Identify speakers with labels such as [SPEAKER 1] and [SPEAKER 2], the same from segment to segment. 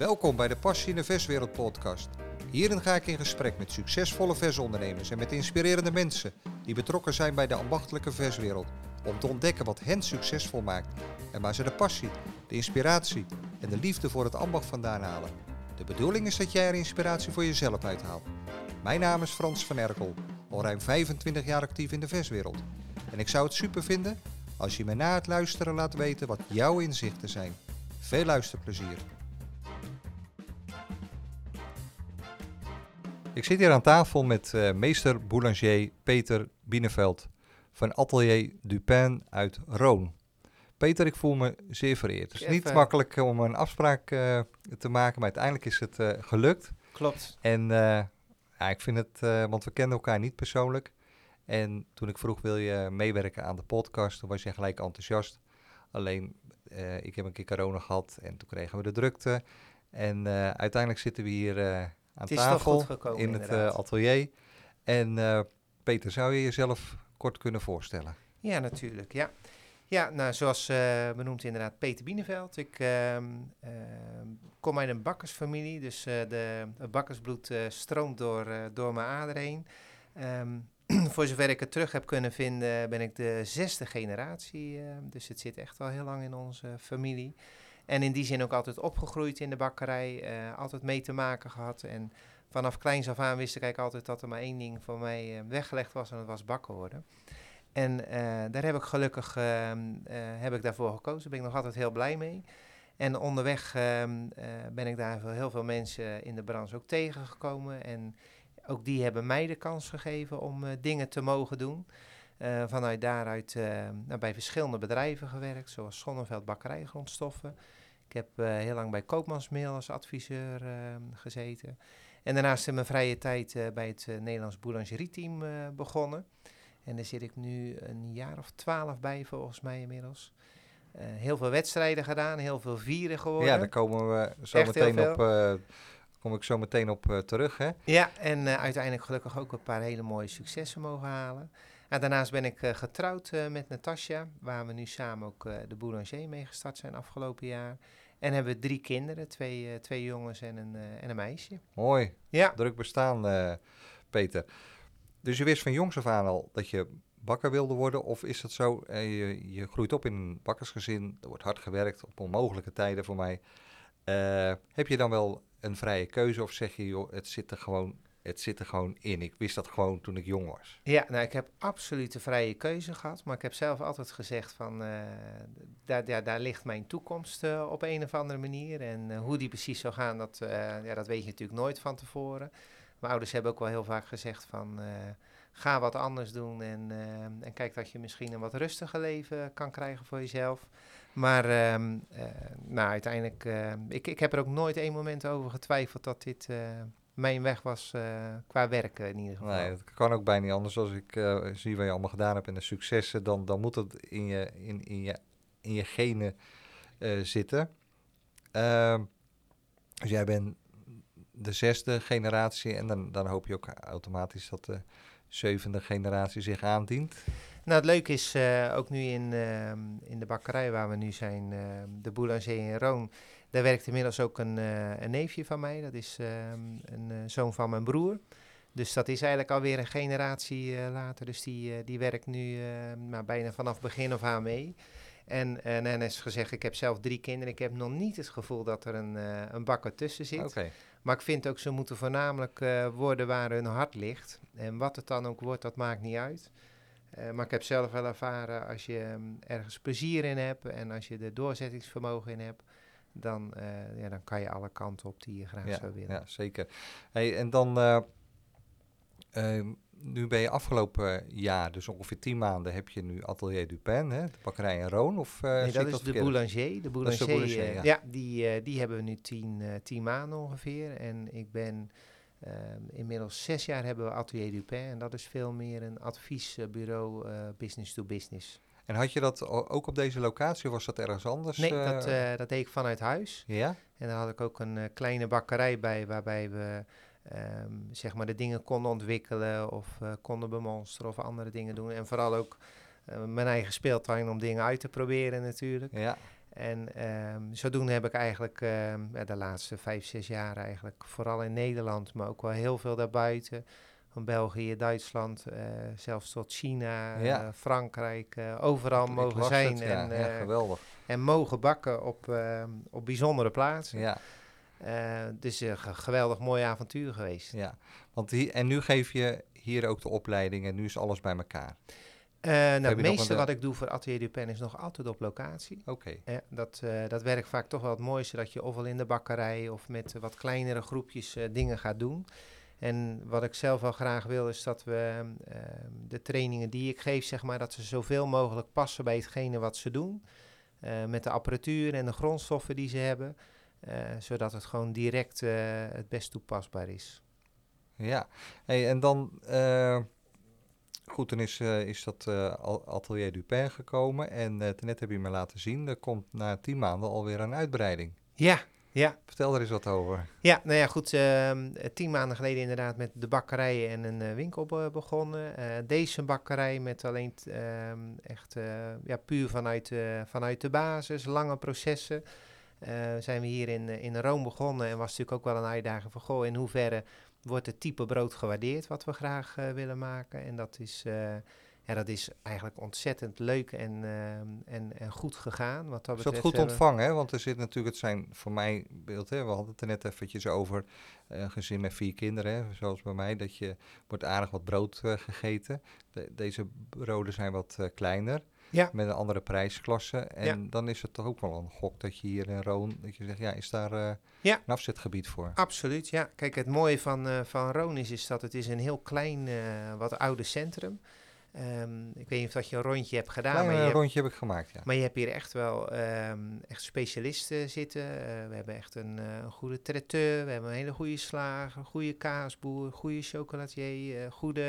[SPEAKER 1] Welkom bij de Passie in de Verswereld podcast. Hierin ga ik in gesprek met succesvolle versondernemers en met inspirerende mensen die betrokken zijn bij de ambachtelijke verswereld. Om te ontdekken wat hen succesvol maakt en waar ze de passie, de inspiratie en de liefde voor het ambacht vandaan halen. De bedoeling is dat jij er inspiratie voor jezelf uithaalt. Mijn naam is Frans van Erkel, al ruim 25 jaar actief in de verswereld. En ik zou het super vinden als je me na het luisteren laat weten wat jouw inzichten zijn. Veel luisterplezier. Ik zit hier aan tafel met meester boulanger Peter Bieneveld van Atelier Dupin uit Roon. Peter, ik voel me zeer vereerd. Het is niet makkelijk om een afspraak te maken, maar uiteindelijk is het gelukt.
[SPEAKER 2] Klopt.
[SPEAKER 1] En ik vind het, want we kennen elkaar niet persoonlijk. En toen ik vroeg, wil je meewerken aan de podcast, toen was je gelijk enthousiast. Alleen, ik heb een keer corona gehad en toen kregen we de drukte. En uiteindelijk zitten we hier aan tafel
[SPEAKER 2] gekomen,
[SPEAKER 1] in het atelier. En Peter, zou je jezelf kort kunnen voorstellen?
[SPEAKER 2] Ja, natuurlijk. Ja, nou, zoals benoemd inderdaad, Peter Bieneveld. Ik kom uit een bakkersfamilie, dus het bakkersbloed stroomt door mijn aderen heen. Voor zover ik het terug heb kunnen vinden, ben ik de 6e generatie. Dus het zit echt al heel lang in onze familie. En in die zin ook altijd opgegroeid in de bakkerij, altijd mee te maken gehad. En vanaf kleins af aan wist ik eigenlijk altijd dat er maar één ding voor mij weggelegd was en dat was bakken worden. En daar heb ik gelukkig heb ik daarvoor gekozen, daar ben ik nog altijd heel blij mee. En onderweg ben ik daar heel veel mensen in de branche ook tegengekomen. En ook die hebben mij de kans gegeven om dingen te mogen doen. Vanuit daaruit bij verschillende bedrijven gewerkt, zoals Zonneveld Bakkerijgrondstoffen. Ik heb heel lang bij Koopmansmeel als adviseur gezeten. En daarnaast in mijn vrije tijd bij het Nederlands Boulangerieteam begonnen. En daar zit ik nu een jaar of 12 bij, volgens mij inmiddels. Heel veel wedstrijden gedaan, heel veel vieren geworden.
[SPEAKER 1] Ja, daar komen we zo meteen op, kom ik zo meteen op terug, hè?
[SPEAKER 2] Ja, en uiteindelijk gelukkig ook een paar hele mooie successen mogen halen. Daarnaast ben ik getrouwd met Natasja, waar we nu samen ook de Boulanger mee gestart zijn afgelopen jaar. En hebben we 3 kinderen, twee jongens en een meisje.
[SPEAKER 1] Mooi,
[SPEAKER 2] ja.
[SPEAKER 1] Druk bestaan, Peter. Dus je wist van jongs af aan al dat je bakker wilde worden? Of is het zo, je groeit op in een bakkersgezin, er wordt hard gewerkt op onmogelijke tijden voor mij. Heb je dan wel een vrije keuze of zeg je, joh, het zit er gewoon in. Ik wist dat gewoon toen ik jong was.
[SPEAKER 2] Ja, nou, ik heb absoluut de vrije keuze gehad. Maar ik heb zelf altijd gezegd van, daar ligt mijn toekomst op een of andere manier. En hoe die precies zou gaan, dat weet je natuurlijk nooit van tevoren. Mijn ouders hebben ook wel heel vaak gezegd van, ga wat anders doen. En kijk dat je misschien een wat rustiger leven kan krijgen voor jezelf. Maar uiteindelijk, ik heb er ook nooit één moment over getwijfeld dat dit mijn weg was qua werken in ieder geval.
[SPEAKER 1] Nee, dat kan ook bijna niet anders. Als ik zie wat je allemaal gedaan hebt en de successen, dan moet het in je genen zitten. Dus jij bent de 6e generatie en dan hoop je ook automatisch dat de 7e generatie zich aandient.
[SPEAKER 2] Nou, het leuke is ook nu in de bakkerij waar we nu zijn, de Boulanger in Roon. Daar werkt inmiddels ook een neefje van mij. Dat is een zoon van mijn broer. Dus dat is eigenlijk alweer een generatie later. Dus die werkt nu bijna vanaf begin af aan mee. En is gezegd, ik heb zelf 3 kinderen. Ik heb nog niet het gevoel dat er een bakker tussen zit.
[SPEAKER 1] Okay.
[SPEAKER 2] Maar ik vind ook, ze moeten voornamelijk worden waar hun hart ligt. En wat het dan ook wordt, dat maakt niet uit. Maar ik heb zelf wel ervaren, als je ergens plezier in hebt en als je er doorzettingsvermogen in hebt, dan kan je alle kanten op die je graag zou willen.
[SPEAKER 1] Ja, zeker. Hey, en dan, nu ben je afgelopen jaar, dus ongeveer 10 maanden, heb je nu Atelier Dupin, hè, de bakkerij in Roon? Of,
[SPEAKER 2] nee, dat is de Boulanger. De Boulanger,
[SPEAKER 1] ja.
[SPEAKER 2] Die hebben we nu 10 maanden ongeveer. En ik ben inmiddels 6 jaar hebben we Atelier Dupin. En dat is veel meer een adviesbureau business to business.
[SPEAKER 1] En had je dat ook op deze locatie of was dat ergens anders?
[SPEAKER 2] Nee, dat deed ik vanuit huis.
[SPEAKER 1] Ja?
[SPEAKER 2] En daar had ik ook een kleine bakkerij bij, waarbij we zeg maar de dingen konden ontwikkelen of konden bemonsteren of andere dingen doen. En vooral ook mijn eigen speeltuin om dingen uit te proberen natuurlijk.
[SPEAKER 1] Ja.
[SPEAKER 2] En zodoende heb ik eigenlijk de laatste 5, 6 jaar eigenlijk vooral in Nederland, maar ook wel heel veel daarbuiten. Van België, Duitsland, zelfs tot China, Frankrijk, overal mogen zijn
[SPEAKER 1] geweldig.
[SPEAKER 2] En mogen bakken op bijzondere plaatsen.
[SPEAKER 1] Ja.
[SPEAKER 2] Dus een geweldig mooi avontuur geweest.
[SPEAKER 1] Ja, want en nu geef je hier ook de opleiding en nu is alles bij elkaar.
[SPEAKER 2] Het meeste wat ik doe voor Atelier du Pen is nog altijd op locatie.
[SPEAKER 1] Oké.
[SPEAKER 2] Dat werkt vaak toch wel het mooiste, dat je ofwel in de bakkerij of met wat kleinere groepjes dingen gaat doen. En wat ik zelf wel graag wil is dat we de trainingen die ik geef, zeg maar, dat ze zoveel mogelijk passen bij hetgene wat ze doen. Met de apparatuur en de grondstoffen die ze hebben. Zodat het gewoon direct het best toepasbaar is.
[SPEAKER 1] Ja, hey, en dan, goed, dan is dat Atelier du Pen gekomen en net heb je me laten zien, er komt na 10 maanden alweer een uitbreiding.
[SPEAKER 2] Ja.
[SPEAKER 1] Vertel er eens wat over.
[SPEAKER 2] Ja, nou ja, goed, 10 maanden geleden inderdaad met de bakkerij en een winkel begonnen. Deze bakkerij met alleen echt puur vanuit de basis, lange processen. Zijn we hier in Rome begonnen en was natuurlijk ook wel een uitdaging van, goh, in hoeverre wordt het type brood gewaardeerd wat we graag willen maken. En dat is eigenlijk ontzettend leuk en goed gegaan. Wat dat
[SPEAKER 1] is dat
[SPEAKER 2] betreft,
[SPEAKER 1] goed ontvangen, hè? Want er zit natuurlijk, het zijn voor mij beeld, hè? We hadden het er net eventjes over, een gezin met 4 kinderen, hè? Zoals bij mij, dat je wordt aardig wat brood gegeten. Deze broden zijn wat kleiner. Ja. Met een andere prijsklasse. En dan is het toch ook wel een gok dat je hier in Roon, dat je zegt, is daar een afzetgebied voor?
[SPEAKER 2] Absoluut, ja. Kijk, het mooie van Roon is dat het is een heel klein, wat oude centrum. Ik weet niet of dat je een rondje hebt gedaan.
[SPEAKER 1] Een rondje heb ik gemaakt, ja.
[SPEAKER 2] Maar je hebt hier echt wel echt specialisten zitten. We hebben echt een goede traiteur, we hebben een hele goede slager, een goede kaasboer, goede chocolatier,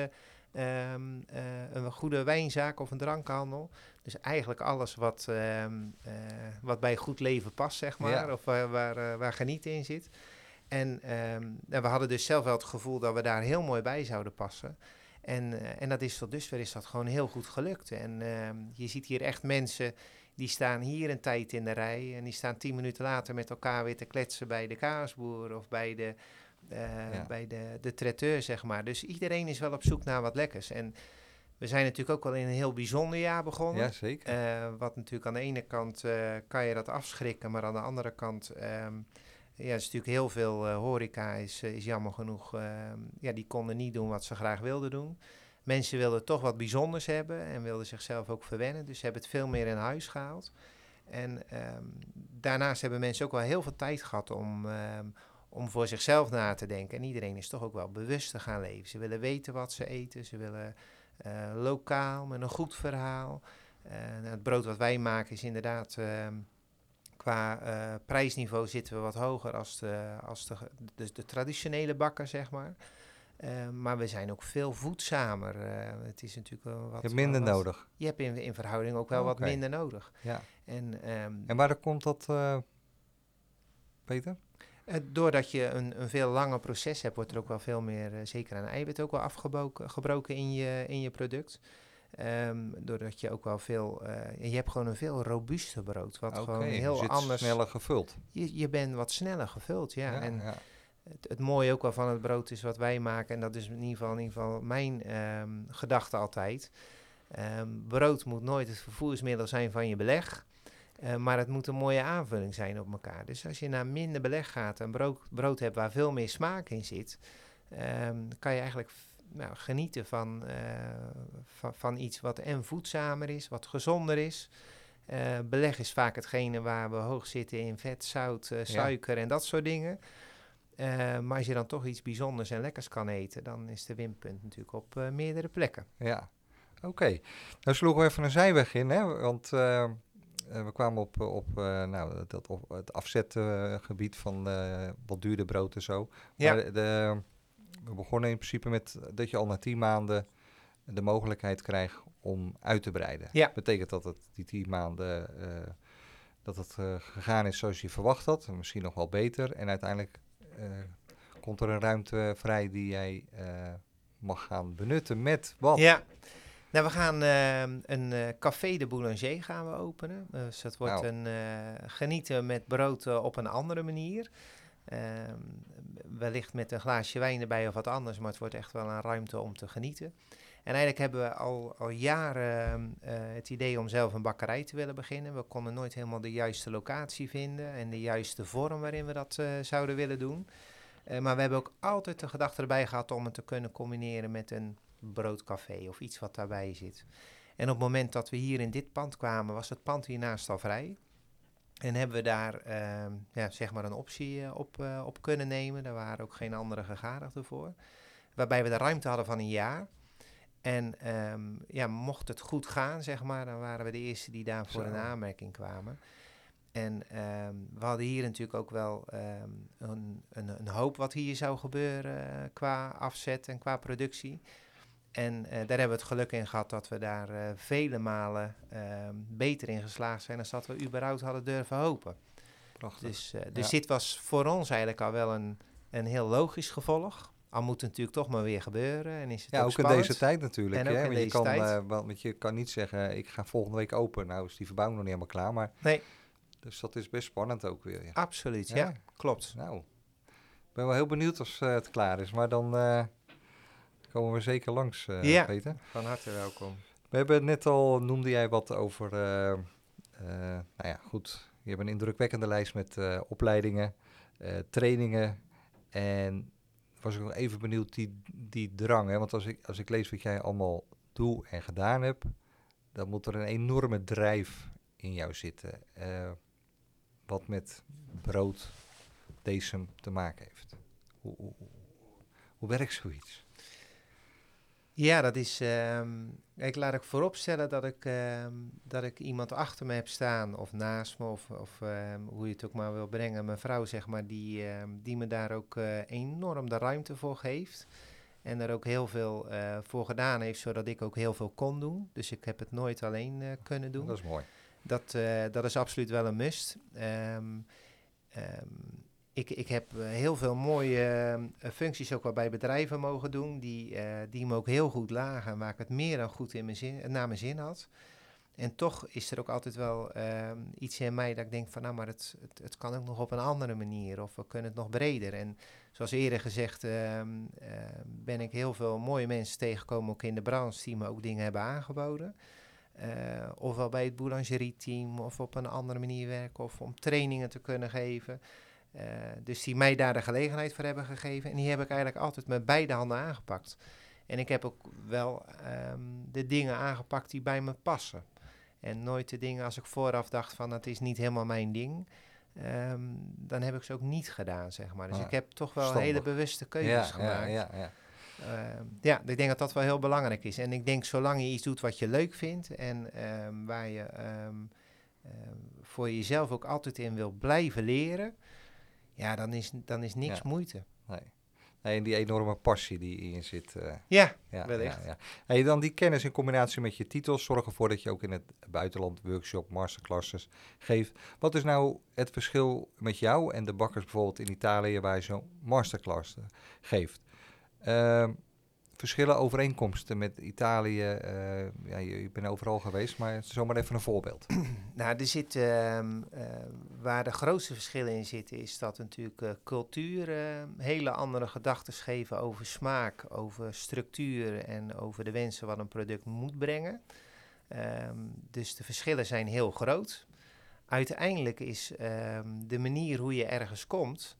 [SPEAKER 2] een goede wijnzaak of een drankhandel. Dus eigenlijk alles wat bij goed leven past, zeg maar. Of waar genieten in zit. En we hadden dus zelf wel het gevoel dat we daar heel mooi bij zouden passen. En dat is tot dusver is dat gewoon heel goed gelukt. En je ziet hier echt mensen die staan hier een tijd in de rij. En die staan 10 minuten later met elkaar weer te kletsen bij de kaasboer of bij de traiteur, zeg maar. Dus iedereen is wel op zoek naar wat lekkers. En we zijn natuurlijk ook wel in een heel bijzonder jaar begonnen.
[SPEAKER 1] Ja, zeker.
[SPEAKER 2] Wat natuurlijk aan de ene kant kan je dat afschrikken, maar aan de andere kant er is natuurlijk heel veel horeca is jammer genoeg. Die konden niet doen wat ze graag wilden doen. Mensen wilden toch wat bijzonders hebben en wilden zichzelf ook verwennen. Dus ze hebben het veel meer in huis gehaald. En daarnaast hebben mensen ook wel heel veel tijd gehad om voor zichzelf na te denken. En iedereen is toch ook wel bewust te gaan leven. Ze willen weten wat ze eten. Ze willen lokaal, met een goed verhaal. Het brood wat wij maken is inderdaad qua prijsniveau zitten we wat hoger als de traditionele bakker, zeg maar. Maar we zijn ook veel voedzamer. Het is natuurlijk wel wat...
[SPEAKER 1] Je hebt minder nodig.
[SPEAKER 2] Je hebt in verhouding ook wel wat minder nodig.
[SPEAKER 1] Ja. En waar komt dat, Peter?
[SPEAKER 2] Doordat je een veel langer proces hebt, wordt er ook wel veel meer, zeker aan eiwit, ook wel afgebroken in je product. Doordat je ook wel veel... je hebt gewoon een veel robuuster brood. Wat gewoon heel
[SPEAKER 1] dus
[SPEAKER 2] anders...
[SPEAKER 1] sneller gevuld.
[SPEAKER 2] Je bent wat sneller gevuld, ja. Het mooie ook wel van het brood is wat wij maken. En dat is in ieder geval mijn gedachte altijd. Brood moet nooit het vervoersmiddel zijn van je beleg. Maar het moet een mooie aanvulling zijn op elkaar. Dus als je naar minder beleg gaat en brood hebt waar veel meer smaak in zit, kan je eigenlijk genieten van iets wat en voedzamer is, wat gezonder is. Beleg is vaak hetgene waar we hoog zitten in vet, zout, suiker en dat soort dingen. Maar als je dan toch iets bijzonders en lekkers kan eten, dan is de winpunt natuurlijk op meerdere plekken.
[SPEAKER 1] Ja, oké. Nou sloegen we even een zijweg in, hè? Want we kwamen op het afzetgebied van wat duurder brood en zo.
[SPEAKER 2] Ja.
[SPEAKER 1] Maar we begonnen in principe met dat je al na 10 maanden de mogelijkheid krijgt om uit te breiden.
[SPEAKER 2] Ja.
[SPEAKER 1] Betekent dat het die 10 maanden dat het gegaan is zoals je verwacht had, misschien nog wel beter. En uiteindelijk komt er een ruimte vrij die jij mag gaan benutten met wat?
[SPEAKER 2] Ja. Nou, we gaan een Café de Boulanger gaan we openen. Dus dat wordt een genieten met brood op een andere manier. Wellicht met een glaasje wijn erbij of wat anders, maar het wordt echt wel een ruimte om te genieten. En eigenlijk hebben we al jaren het idee om zelf een bakkerij te willen beginnen. We konden nooit helemaal de juiste locatie vinden en de juiste vorm waarin we dat zouden willen doen. Maar we hebben ook altijd de gedachte erbij gehad om het te kunnen combineren met een broodcafé of iets wat daarbij zit. En op het moment dat we hier in dit pand kwamen, was het pand hiernaast al vrij. En hebben we daar zeg maar een optie op kunnen nemen. Daar waren ook geen andere gegadigden voor. Waarbij we de ruimte hadden van een jaar. En mocht het goed gaan, zeg maar, dan waren we de eerste die daarvoor in aanmerking kwamen. En we hadden hier natuurlijk ook wel een hoop wat hier zou gebeuren qua afzet en qua productie. En daar hebben we het geluk in gehad dat we daar vele malen beter in geslaagd zijn dan dat we überhaupt hadden durven hopen. Prachtig. Dus dit was voor ons eigenlijk al wel een heel logisch gevolg. Al moet het natuurlijk toch maar weer gebeuren. En is het ook
[SPEAKER 1] in deze tijd natuurlijk.
[SPEAKER 2] En ook in deze tijd.
[SPEAKER 1] Want je kan niet zeggen, ik ga volgende week open. Nou is die verbouwing nog niet helemaal klaar. Maar
[SPEAKER 2] nee.
[SPEAKER 1] Dus dat is best spannend ook weer. Ja.
[SPEAKER 2] Absoluut, ja, klopt.
[SPEAKER 1] Nou, ik ben wel heel benieuwd als het klaar is. Maar dan komen we zeker langs, Peter.
[SPEAKER 2] Van harte welkom.
[SPEAKER 1] We hebben net al, noemde jij wat over, goed. Je hebt een indrukwekkende lijst met opleidingen, trainingen. En was ik nog even benieuwd, die drang. Hè? Want als ik lees wat jij allemaal doet en gedaan hebt, dan moet er een enorme drijf in jou zitten. Wat met brood, decem te maken heeft. Hoe werkt zoiets?
[SPEAKER 2] Ja, dat is... laat ik vooropstellen dat ik iemand achter me heb staan, of naast me, of hoe je het ook maar wil brengen. Mijn vrouw, zeg maar, die me daar ook enorm de ruimte voor geeft. En er ook heel veel voor gedaan heeft, zodat ik ook heel veel kon doen. Dus ik heb het nooit alleen kunnen doen.
[SPEAKER 1] Dat is mooi.
[SPEAKER 2] Dat is absoluut wel een must. Ik heb heel veel mooie functies ook wel bij bedrijven mogen doen, die me ook heel goed lagen, waar ik het meer dan goed naar mijn zin had. En toch is er ook altijd wel iets in mij dat ik denk van, nou, maar het kan ook nog op een andere manier, of we kunnen het nog breder. En zoals eerder gezegd ben ik heel veel mooie mensen tegengekomen, ook in de branche, die me ook dingen hebben aangeboden. Ofwel bij het boulangerie-team, of op een andere manier werken, of om trainingen te kunnen geven. Dus die mij daar de gelegenheid voor hebben gegeven. En die heb ik eigenlijk altijd met beide handen aangepakt. En ik heb ook wel de dingen aangepakt die bij me passen. En nooit de dingen als ik vooraf dacht van dat is niet helemaal mijn ding. Dan heb ik ze ook niet gedaan, zeg maar. Dus ik heb toch wel hele bewuste keuzes gemaakt. Ik denk dat dat wel heel belangrijk is. En ik denk zolang je iets doet wat je leuk vindt en waar je voor jezelf ook altijd in wil blijven leren, ja, dan is niks moeite.
[SPEAKER 1] Nee, en die enorme passie die in je zit.
[SPEAKER 2] Wellicht.
[SPEAKER 1] Ja. Hey, dan die kennis in combinatie met je titels zorgen ervoor dat je ook in het buitenland workshop, masterclasses geeft. Wat is nou het verschil met jou en de bakkers bijvoorbeeld in Italië waar je zo'n masterclass geeft? Verschillen, overeenkomsten met Italië. Je bent overal geweest, maar zomaar even een voorbeeld.
[SPEAKER 2] Nou, er zit, waar de grootste verschillen in zitten, is dat natuurlijk cultuur hele andere gedachten geven over smaak, over structuur en over de wensen wat een product moet brengen. Dus de verschillen zijn heel groot. Uiteindelijk is de manier hoe je ergens komt,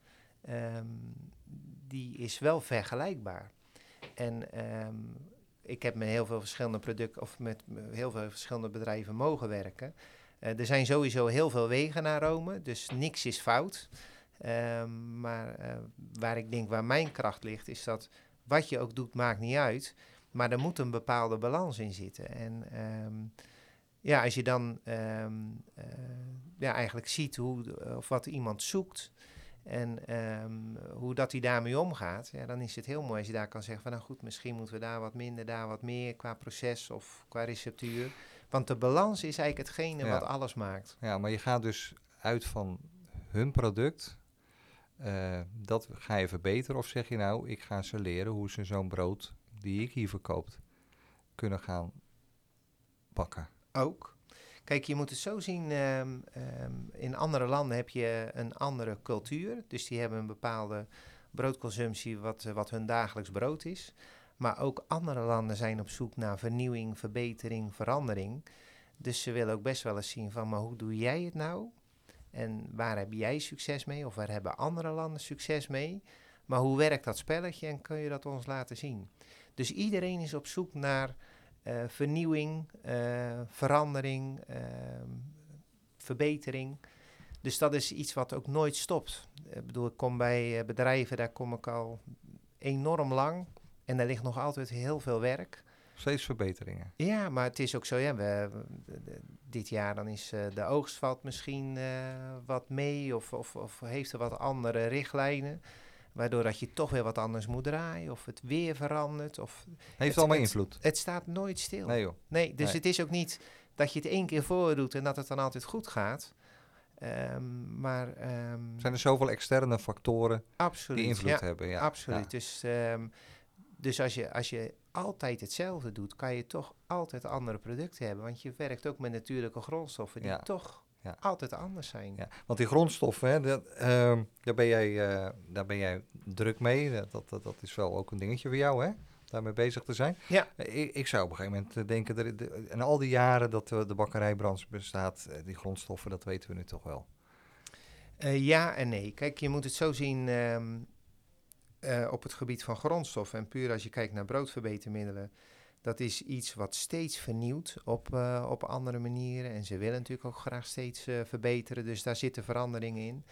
[SPEAKER 2] die is wel vergelijkbaar. En ik heb met heel veel verschillende producten of met heel veel verschillende bedrijven mogen werken. Er zijn sowieso heel veel wegen naar Rome, dus niks is fout. Maar waar ik denk waar mijn kracht ligt, is dat wat je ook doet, maakt niet uit. Maar er moet een bepaalde balans in zitten. En als je dan eigenlijk ziet of wat iemand zoekt en hoe dat hij daarmee omgaat, ja, dan is het heel mooi als je daar kan zeggen van nou goed, misschien moeten we daar wat minder, daar wat meer qua proces of qua receptuur. Want de balans is eigenlijk hetgene wat alles maakt.
[SPEAKER 1] Ja, maar je gaat dus uit van hun product, dat ga je verbeteren, of zeg je nou, ik ga ze leren hoe ze zo'n brood die ik hier verkoop kunnen gaan bakken?
[SPEAKER 2] Ook. Kijk, je moet het zo zien, in andere landen heb je een andere cultuur. Dus die hebben een bepaalde broodconsumptie wat hun dagelijks brood is. Maar ook andere landen zijn op zoek naar vernieuwing, verbetering, verandering. Dus ze willen ook best wel eens zien van, maar hoe doe jij het nou? En waar heb jij succes mee? Of waar hebben andere landen succes mee? Maar hoe werkt dat spelletje en kun je dat ons laten zien? Dus iedereen is op zoek naar vernieuwing, verandering, verbetering. Dus dat is iets wat ook nooit stopt. Ik bedoel, ik kom bij bedrijven, daar kom ik al enorm lang. En daar ligt nog altijd heel veel werk.
[SPEAKER 1] Steeds verbeteringen.
[SPEAKER 2] Ja, maar het is ook zo, ja, dit jaar dan is de oogst valt misschien wat mee of heeft er wat andere richtlijnen. Waardoor dat je toch weer wat anders moet draaien of het weer verandert.
[SPEAKER 1] Heeft allemaal invloed?
[SPEAKER 2] Het staat nooit stil.
[SPEAKER 1] Nee joh.
[SPEAKER 2] Nee, dus het is ook niet dat je het 1 keer voordoet en dat het dan altijd goed gaat.
[SPEAKER 1] Zijn er zoveel externe factoren
[SPEAKER 2] absoluut,
[SPEAKER 1] die invloed hebben? Ja,
[SPEAKER 2] absoluut. Ja. Dus als je altijd hetzelfde doet, kan je toch altijd andere producten hebben. Want je werkt ook met natuurlijke grondstoffen die toch altijd anders zijn.
[SPEAKER 1] Ja, want die grondstoffen, hè, daar ben jij druk mee. Dat is wel ook een dingetje voor jou, hè? Daarmee bezig te zijn.
[SPEAKER 2] Ja.
[SPEAKER 1] Ik zou op een gegeven moment denken, en al die jaren dat de bakkerijbranche bestaat, die grondstoffen, dat weten we nu toch wel.
[SPEAKER 2] Ja en nee. Kijk, je moet het zo zien op het gebied van grondstoffen. En puur als je kijkt naar broodverbetermiddelen. Dat is iets wat steeds vernieuwt op andere manieren. En ze willen natuurlijk ook graag steeds verbeteren. Dus daar zitten veranderingen in.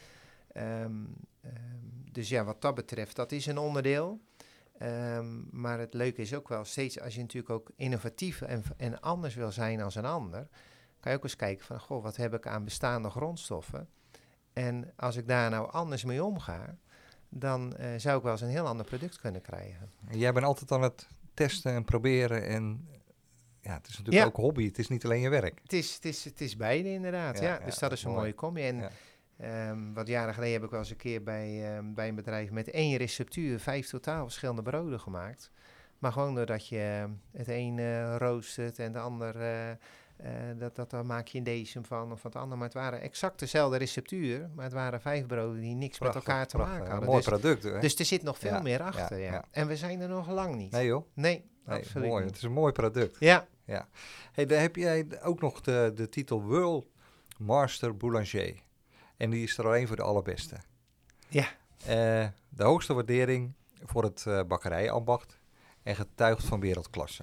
[SPEAKER 2] Dus ja, wat dat betreft, dat is een onderdeel. Maar het leuke is ook wel steeds, als je natuurlijk ook innovatief en anders wil zijn als een ander, kan je ook eens kijken van, goh, wat heb ik aan bestaande grondstoffen? En als ik daar nou anders mee omga, dan zou ik wel eens een heel ander product kunnen krijgen.
[SPEAKER 1] En jij bent altijd aan het testen en proberen en ja, het is natuurlijk ook hobby, het is niet alleen je werk.
[SPEAKER 2] Het is beide inderdaad, dus dat is een mooie combi. En wat jaren geleden heb ik wel eens een keer bij een bedrijf met 1 receptuur 5 totaal verschillende broden gemaakt. Maar gewoon doordat je het een roostert en de ander, daar maak je een decem van of wat ander. Maar het waren exact dezelfde receptuur, maar het waren 5 broden die niks met elkaar te maken hadden.
[SPEAKER 1] Mooi product, hè?
[SPEAKER 2] Dus er zit nog veel meer achter, ja. En we zijn er nog lang niet.
[SPEAKER 1] Nee joh?
[SPEAKER 2] Nee, absoluut
[SPEAKER 1] mooi.
[SPEAKER 2] niet.
[SPEAKER 1] Het is een mooi product.
[SPEAKER 2] Ja.
[SPEAKER 1] Hey, daar heb jij ook nog de titel World Master Boulanger. En die is er alleen voor de allerbeste.
[SPEAKER 2] Ja.
[SPEAKER 1] De hoogste waardering voor het bakkerijambacht en getuigt van wereldklasse.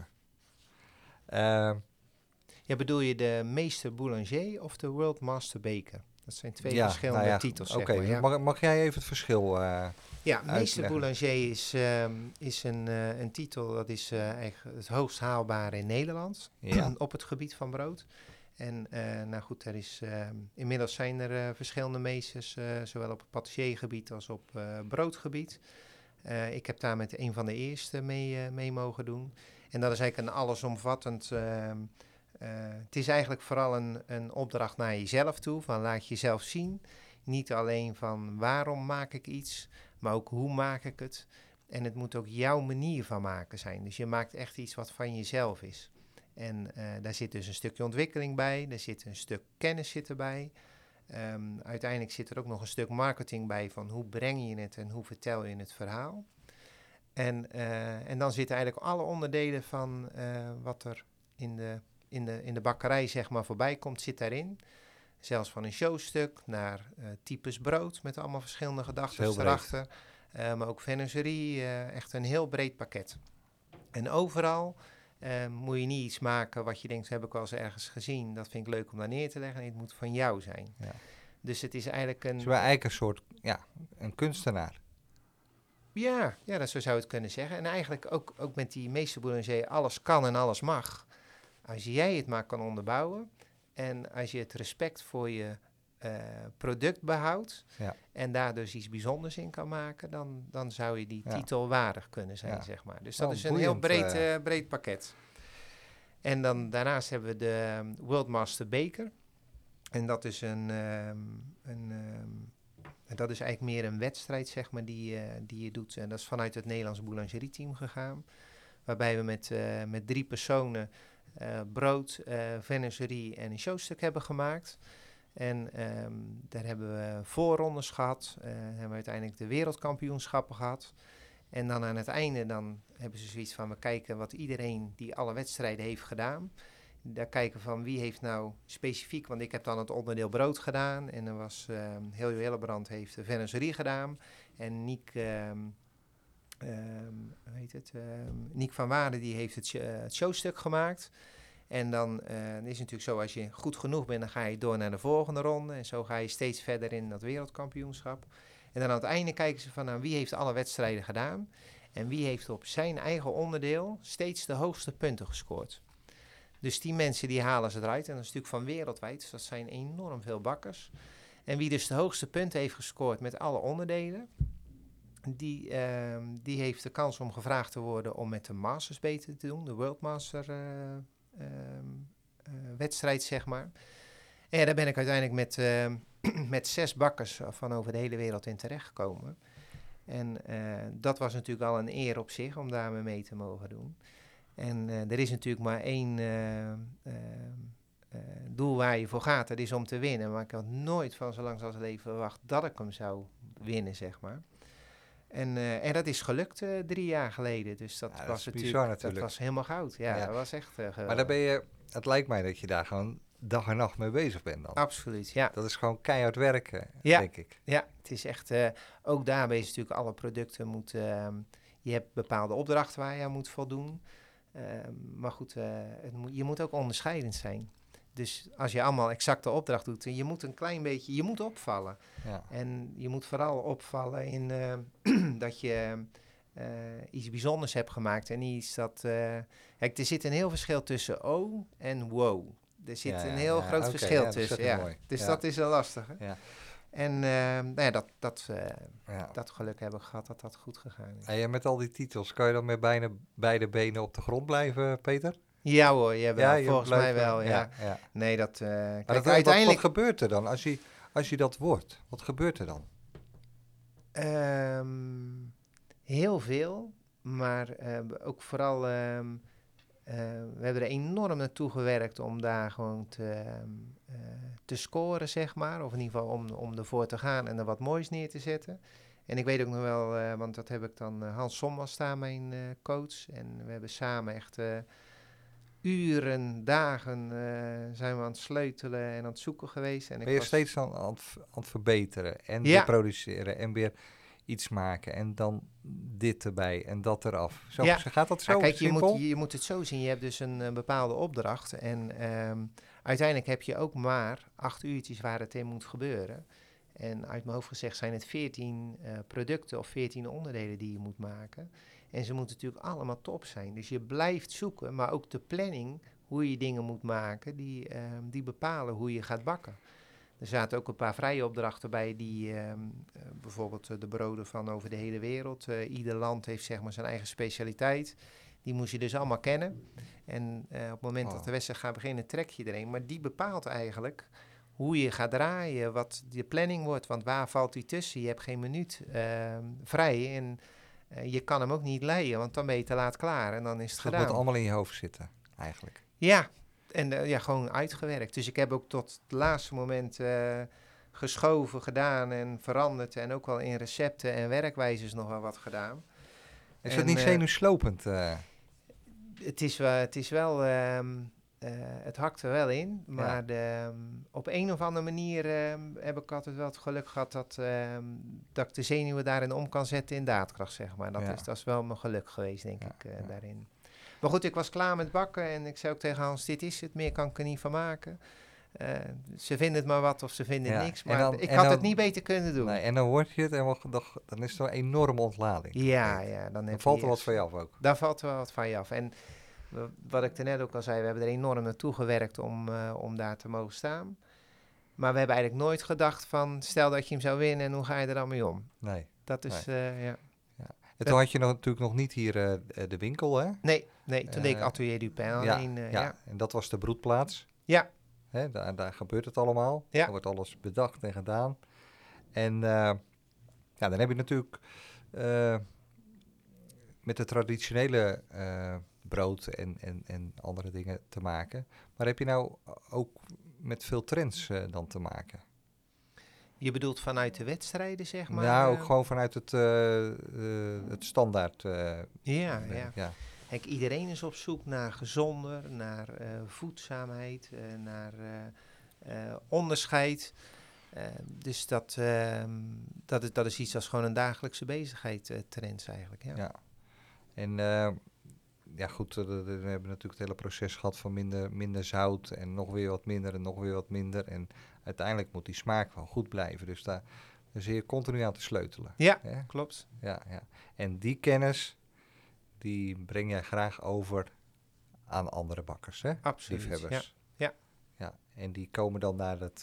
[SPEAKER 2] Bedoel je de Meester Boulanger of de World Master Baker? Dat zijn 2 verschillende titels, zeg maar. Ja.
[SPEAKER 1] Mag jij even het verschil
[SPEAKER 2] Meester Boulanger is een titel, dat is eigenlijk het hoogst haalbare in Nederland op het gebied van brood. En inmiddels zijn er verschillende meesters, zowel op het patissiergebied als op broodgebied. Ik heb daar met een van de eerste mee mogen doen. En dat is eigenlijk een allesomvattend. Het is eigenlijk vooral een opdracht naar jezelf toe, van laat jezelf zien. Niet alleen van waarom maak ik iets, maar ook hoe maak ik het. En het moet ook jouw manier van maken zijn. Dus je maakt echt iets wat van jezelf is. En daar zit dus een stukje ontwikkeling bij, er zit een stuk kennis erbij. Uiteindelijk zit er ook nog een stuk marketing bij van hoe breng je het en hoe vertel je het verhaal. En dan zitten eigenlijk alle onderdelen van wat er in de bakkerij zeg maar voorbij komt, zit daarin. Zelfs van een showstuk naar types brood met allemaal verschillende gedachten erachter. Maar ook venusserie, echt een heel breed pakket. En overal moet je niet iets maken wat je denkt, heb ik wel eens ergens gezien. Dat vind ik leuk om daar neer te leggen. Nee, het moet van jou zijn. Ja. Dus het is eigenlijk een...
[SPEAKER 1] Het is wel eigenlijk een soort, een kunstenaar.
[SPEAKER 2] Ja, dat zo zou je het kunnen zeggen. En eigenlijk ook met die Meester Boulanger, alles kan en alles mag. Als jij het maar kan onderbouwen en als je het respect voor je product behoudt en daar dus iets bijzonders in kan maken, dan zou je die titel waardig kunnen zijn, zeg maar. Dus dat is een heel breed pakket. En dan daarnaast hebben we de World Master Baker. En dat is dat is eigenlijk meer een wedstrijd, zeg maar, die je doet. En dat is vanuit het Nederlands Boulangerie-team gegaan. Waarbij we met 3 personen brood, vernisserie en een showstuk hebben gemaakt. En daar hebben we voorrondes gehad. Hebben we uiteindelijk de wereldkampioenschappen gehad. En dan aan het einde dan hebben ze zoiets van, we kijken wat iedereen die alle wedstrijden heeft gedaan. Daar kijken van wie heeft nou specifiek, want ik heb dan het onderdeel brood gedaan. En dan was Heljo Hillebrand heeft de vernisserie gedaan. En Niek van Waarden die heeft het showstuk gemaakt. En dan is het natuurlijk zo, als je goed genoeg bent, dan ga je door naar de volgende ronde. En zo ga je steeds verder in dat wereldkampioenschap. En dan aan het einde kijken ze van, nou, wie heeft alle wedstrijden gedaan. En wie heeft op zijn eigen onderdeel steeds de hoogste punten gescoord. Dus die mensen die halen ze eruit. En dat is natuurlijk van wereldwijd, dus dat zijn enorm veel bakkers. En wie dus de hoogste punten heeft gescoord met alle onderdelen, die heeft de kans om gevraagd te worden om met de Masters beter te doen. De World Master wedstrijd, zeg maar. En ja, daar ben ik uiteindelijk met 6 bakkers van over de hele wereld in terechtgekomen. En dat was natuurlijk al een eer op zich om daarmee mee te mogen doen. En er is natuurlijk maar één doel waar je voor gaat. Dat is om te winnen. Maar ik had nooit van zo lang als het leven verwacht dat ik hem zou winnen, zeg maar. En dat is gelukt 3 jaar geleden. Dus dat was natuurlijk. Dat was helemaal goud. Ja, dat was echt geweldig.
[SPEAKER 1] Maar dan ben je, het lijkt mij dat je daar gewoon dag en nacht mee bezig bent dan.
[SPEAKER 2] Absoluut, ja.
[SPEAKER 1] Dat is gewoon keihard werken,
[SPEAKER 2] ja,
[SPEAKER 1] denk ik.
[SPEAKER 2] Ja, het is echt, ook daarbij is natuurlijk alle producten moeten, je hebt bepaalde opdrachten waar je aan moet voldoen. Maar goed, je moet ook onderscheidend zijn. Dus als je allemaal exacte opdracht doet, je moet een klein beetje, je moet opvallen. Ja. En je moet vooral opvallen in dat je iets bijzonders hebt gemaakt. En iets dat, kijk, er zit een heel verschil tussen O en wow. Er zit een heel groot verschil tussen. Ja. Dus dat is wel lastig. Hè? Ja. En dat geluk hebben we gehad dat dat goed gegaan is.
[SPEAKER 1] En met al die titels, kan je dan met beide benen op de grond blijven, Peter?
[SPEAKER 2] Ja hoor, volgens mij wel. Ja. Nee, dat...
[SPEAKER 1] kijk, uiteindelijk... wat gebeurt er dan als je dat wordt? Wat gebeurt er dan?
[SPEAKER 2] Heel veel, maar ook vooral... we hebben er enorm naartoe gewerkt om daar gewoon te scoren, zeg maar. Of in ieder geval om ervoor te gaan en er wat moois neer te zetten. En ik weet ook nog wel, want dat heb ik dan... Hans Som was daar mijn coach. En we hebben samen echt uren, dagen zijn we aan het sleutelen en aan het zoeken geweest. En
[SPEAKER 1] ben je steeds aan het verbeteren en weer produceren en weer iets maken en dan dit erbij en dat eraf. Zo gaat dat zo? Ja,
[SPEAKER 2] kijk, je moet het zo zien. Je hebt dus een bepaalde opdracht en uiteindelijk heb je ook maar 8 uurtjes waar het in moet gebeuren. En uit mijn hoofd gezegd zijn het 14 producten of 14 onderdelen die je moet maken. En ze moeten natuurlijk allemaal top zijn. Dus je blijft zoeken, maar ook de planning, hoe je dingen moet maken, die bepalen hoe je gaat bakken. Er zaten ook een paar vrije opdrachten bij die bijvoorbeeld de broden van over de hele wereld. Ieder land heeft zeg maar zijn eigen specialiteit. Die moest je dus allemaal kennen. En op het moment dat de wedstrijd gaat beginnen, trek je erin. Maar die bepaalt eigenlijk hoe je gaat draaien, wat de planning wordt. Want waar valt die tussen? Je hebt geen minuut vrij en je kan hem ook niet leiden, want dan ben je te laat klaar en dan is het gedaan.
[SPEAKER 1] Dat moet allemaal in je hoofd zitten, eigenlijk.
[SPEAKER 2] Ja, en gewoon uitgewerkt. Dus ik heb ook tot het laatste moment geschoven, gedaan en veranderd. En ook wel in recepten en werkwijzes nog wel wat gedaan.
[SPEAKER 1] Is dat niet zenuwslopend?
[SPEAKER 2] Het is wel... het hakt er wel in, maar op een of andere manier heb ik altijd wel het geluk gehad dat ik de zenuwen daarin om kan zetten in daadkracht, zeg maar. Dat is wel mijn geluk geweest, denk ik, daarin. Maar goed, ik was klaar met bakken en ik zei ook tegen Hans, dit is het, meer kan ik er niet van maken. Ze vinden het maar wat of ze vinden niks, maar ik had het niet beter kunnen doen.
[SPEAKER 1] Nee, en dan word je het en dan is het een enorme ontlading.
[SPEAKER 2] Ja, dan
[SPEAKER 1] valt er wat van je af ook.
[SPEAKER 2] Daar valt er wel wat van je af. En wat ik er net ook al zei, we hebben er enorm naartoe gewerkt om daar te mogen staan. Maar we hebben eigenlijk nooit gedacht van, stel dat je hem zou winnen en hoe ga je er dan mee om?
[SPEAKER 1] Nee.
[SPEAKER 2] Dat is,
[SPEAKER 1] En toen had je natuurlijk nog niet hier de winkel, hè?
[SPEAKER 2] Nee, toen deed ik Atelier du Pain.
[SPEAKER 1] En dat was de broedplaats.
[SPEAKER 2] Ja.
[SPEAKER 1] Hè, daar gebeurt het allemaal.
[SPEAKER 2] Ja.
[SPEAKER 1] Er wordt alles bedacht en gedaan. En dan heb je natuurlijk met de traditionele brood en andere dingen te maken. Maar heb je nou ook met veel trends dan te maken?
[SPEAKER 2] Je bedoelt vanuit de wedstrijden, zeg maar?
[SPEAKER 1] Nou, ook gewoon vanuit het standaard
[SPEAKER 2] Ja,
[SPEAKER 1] werk,
[SPEAKER 2] ja.
[SPEAKER 1] ja.
[SPEAKER 2] Kijk, iedereen is op zoek naar gezonder, naar voedzaamheid, naar onderscheid. Dus dat is iets als gewoon een dagelijkse bezigheid, trends eigenlijk. Ja.
[SPEAKER 1] Ja. En ja goed, we hebben natuurlijk het hele proces gehad van minder zout en nog weer wat minder en nog weer wat minder. En uiteindelijk moet die smaak wel goed blijven. Dus daar zit je continu aan te sleutelen.
[SPEAKER 2] Ja,
[SPEAKER 1] Hè?
[SPEAKER 2] klopt.
[SPEAKER 1] Ja, ja. En die kennis, die breng jij graag over aan andere bakkers, hè?
[SPEAKER 2] Absoluut.
[SPEAKER 1] Liefhebbers.
[SPEAKER 2] Ja.
[SPEAKER 1] Ja. En die komen dan naar het,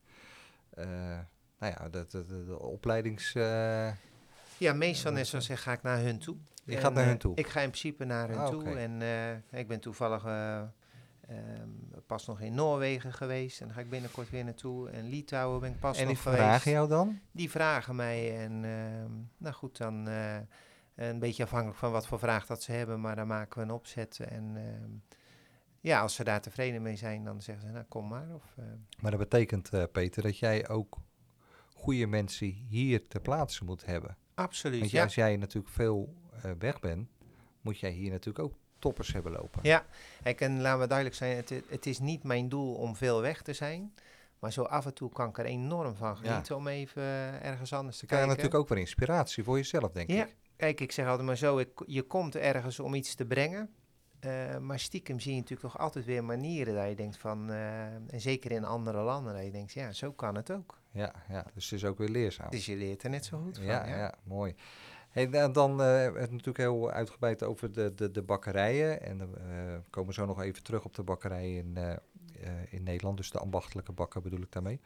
[SPEAKER 1] nou ja, de opleidings...
[SPEAKER 2] Ja, meestal net zoals zeg, ga ik naar hun toe.
[SPEAKER 1] Je gaat naar hun toe?
[SPEAKER 2] Ik ga in principe naar hun toe.
[SPEAKER 1] Okay.
[SPEAKER 2] En ik ben toevallig pas nog in Noorwegen geweest. En dan ga ik binnenkort weer naartoe. En Litouwen ben ik pas nog geweest.
[SPEAKER 1] En die vragen jou dan?
[SPEAKER 2] Die vragen mij. En nou goed, dan een beetje afhankelijk van wat voor vraag dat ze hebben. Maar dan maken we een opzet. En ja, als ze daar tevreden mee zijn, dan zeggen ze, nou kom maar.
[SPEAKER 1] Maar dat betekent, Peter, dat jij ook goede mensen hier ter plaatse moet hebben.
[SPEAKER 2] Absoluut,
[SPEAKER 1] Want als jij natuurlijk veel weg bent, moet jij hier natuurlijk ook toppers hebben lopen.
[SPEAKER 2] Ja, kijk, en laten we duidelijk zijn, het is niet mijn doel om veel weg te zijn. Maar zo af en toe kan ik er enorm van genieten om even ergens anders te kijken.
[SPEAKER 1] Ja, natuurlijk ook weer inspiratie voor jezelf, denk ik.
[SPEAKER 2] Kijk, ik zeg altijd maar zo, je komt ergens om iets te brengen. Maar stiekem zie je natuurlijk toch altijd weer manieren dat je denkt van, en zeker in andere landen, dat je denkt, ja, zo kan het ook.
[SPEAKER 1] Ja, dus het is ook weer leerzaam.
[SPEAKER 2] Dus je leert er net zo goed van.
[SPEAKER 1] Ja, mooi. Hey, dan het natuurlijk heel uitgebreid over de bakkerijen. En we komen zo nog even terug op de bakkerijen in Nederland. Dus de ambachtelijke bakker bedoel ik daarmee.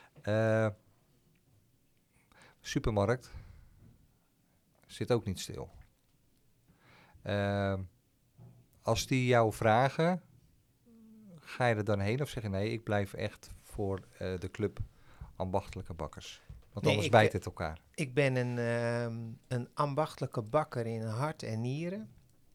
[SPEAKER 1] Supermarkt zit ook niet stil. Als die jou vragen, ga je er dan heen of zeg je nee, ik blijf echt voor de club ambachtelijke bakkers? Want anders bijt het elkaar.
[SPEAKER 2] Ik ben een ambachtelijke bakker in hart en nieren.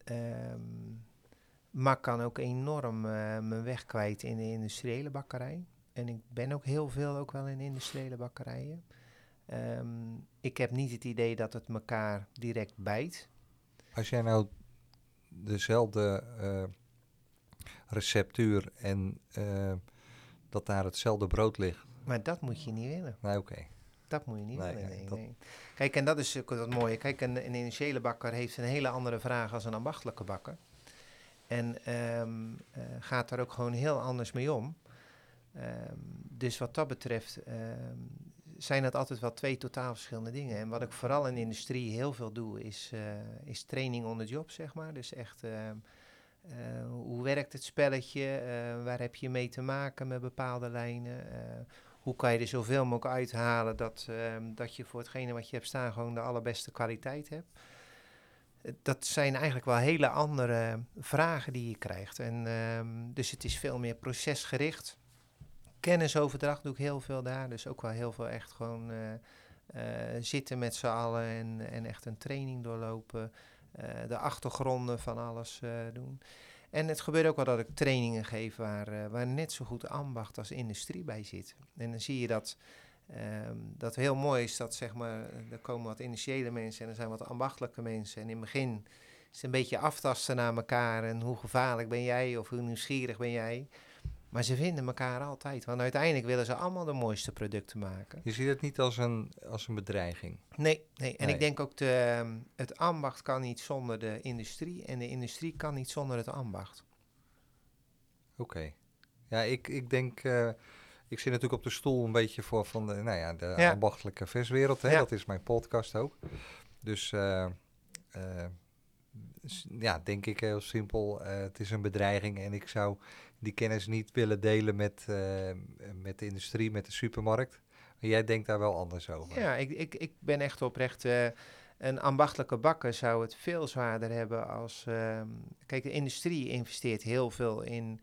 [SPEAKER 2] Maar kan ook enorm mijn weg kwijt in de industriële bakkerij. En ik ben ook heel veel ook wel in industriële bakkerijen. Ik heb niet het idee dat het elkaar direct bijt.
[SPEAKER 1] Als jij nou dezelfde receptuur en dat daar hetzelfde brood ligt.
[SPEAKER 2] Maar dat moet je niet willen.
[SPEAKER 1] Nee, oké.
[SPEAKER 2] Dat moet je niet willen, nee. Kijk, en dat is ook wat mooie. Kijk, een industriële bakker heeft een hele andere vraag als een ambachtelijke bakker. En gaat daar ook gewoon heel anders mee om. Dus wat dat betreft zijn dat altijd wel twee totaal verschillende dingen. En wat ik vooral in de industrie heel veel doe, is training on the job, zeg maar. Dus echt, hoe werkt het spelletje? Waar heb je mee te maken met bepaalde lijnen? Hoe kan je er zoveel mogelijk uithalen dat je voor hetgene wat je hebt staan gewoon de allerbeste kwaliteit hebt? Dat zijn eigenlijk wel hele andere vragen die je krijgt. En dus het is veel meer procesgericht. Kennisoverdracht doe ik heel veel daar. Dus ook wel heel veel echt gewoon zitten met z'n allen en echt een training doorlopen. De achtergronden van alles doen. En het gebeurt ook wel dat ik trainingen geef waar net zo goed ambacht als industrie bij zit. En dan zie je dat heel mooi is dat, zeg maar, er komen wat industriële mensen en er zijn wat ambachtelijke mensen. En in het begin is het een beetje aftasten naar elkaar en hoe gevaarlijk ben jij of hoe nieuwsgierig ben jij. Maar ze vinden elkaar altijd, want uiteindelijk willen ze allemaal de mooiste producten maken.
[SPEAKER 1] Je ziet het niet als een bedreiging?
[SPEAKER 2] Nee. En ik denk ook het ambacht kan niet zonder de industrie en de industrie kan niet zonder het ambacht.
[SPEAKER 1] Oké. Ja, ik denk, ik zit natuurlijk op de stoel een beetje voor van de ambachtelijke verswereld. Hè? Ja. Dat is mijn podcast ook. Dus denk ik heel simpel, het is een bedreiging en ik zou die kennis niet willen delen met de industrie, met de supermarkt. Maar jij denkt daar wel anders over.
[SPEAKER 2] Ja, ik ben echt oprecht. Een ambachtelijke bakker zou het veel zwaarder hebben als... kijk, de industrie investeert heel veel in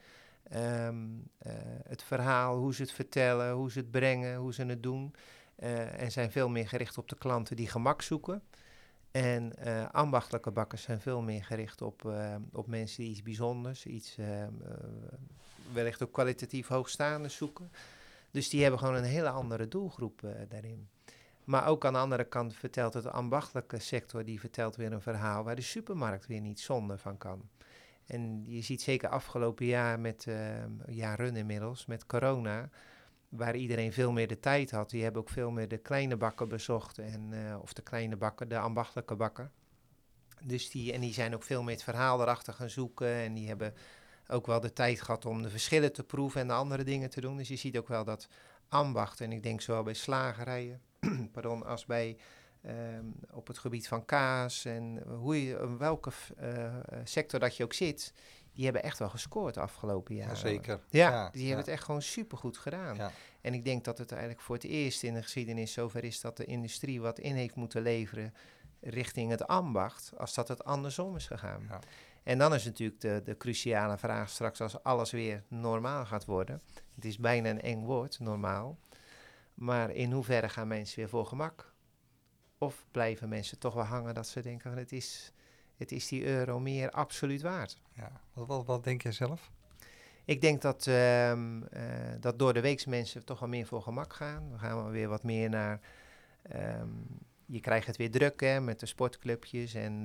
[SPEAKER 2] het verhaal, hoe ze het vertellen, hoe ze het brengen, hoe ze het doen. En zijn veel meer gericht op de klanten die gemak zoeken. En ambachtelijke bakkers zijn veel meer gericht op mensen die iets bijzonders, wellicht ook kwalitatief hoogstaande zoeken. Dus die hebben gewoon een hele andere doelgroep daarin. Maar ook aan de andere kant vertelt het de ambachtelijke sector, die vertelt weer een verhaal waar de supermarkt weer niet zonder van kan. En je ziet zeker afgelopen jaar jaren inmiddels, met corona, waar iedereen veel meer de tijd had. Die hebben ook veel meer de kleine bakker bezocht, of de kleine bakker, de ambachtelijke bakker. Dus die zijn ook veel meer het verhaal erachter gaan zoeken en die hebben ook wel de tijd gehad om de verschillen te proeven en de andere dingen te doen. Dus je ziet ook wel dat ambacht, en ik denk zowel bij slagerijen, als bij op het gebied van kaas en welke sector dat je ook zit, die hebben echt wel gescoord de afgelopen jaren.
[SPEAKER 1] Zeker.
[SPEAKER 2] Ja, die hebben het echt gewoon supergoed gedaan.
[SPEAKER 1] Ja.
[SPEAKER 2] En ik denk dat het eigenlijk voor het eerst in de geschiedenis zover is dat de industrie wat in heeft moeten leveren richting het ambacht, als dat het andersom is gegaan. Ja. En dan is natuurlijk de cruciale vraag straks als alles weer normaal gaat worden. Het is bijna een eng woord, normaal. Maar in hoeverre gaan mensen weer voor gemak? Of blijven mensen toch wel hangen dat ze denken, het is die euro meer absoluut waard?
[SPEAKER 1] Ja. Wat denk jij zelf?
[SPEAKER 2] Ik denk dat door de weeks mensen toch wel meer voor gemak gaan. We gaan wel weer wat meer naar... je krijgt het weer druk hè, met de sportclubjes en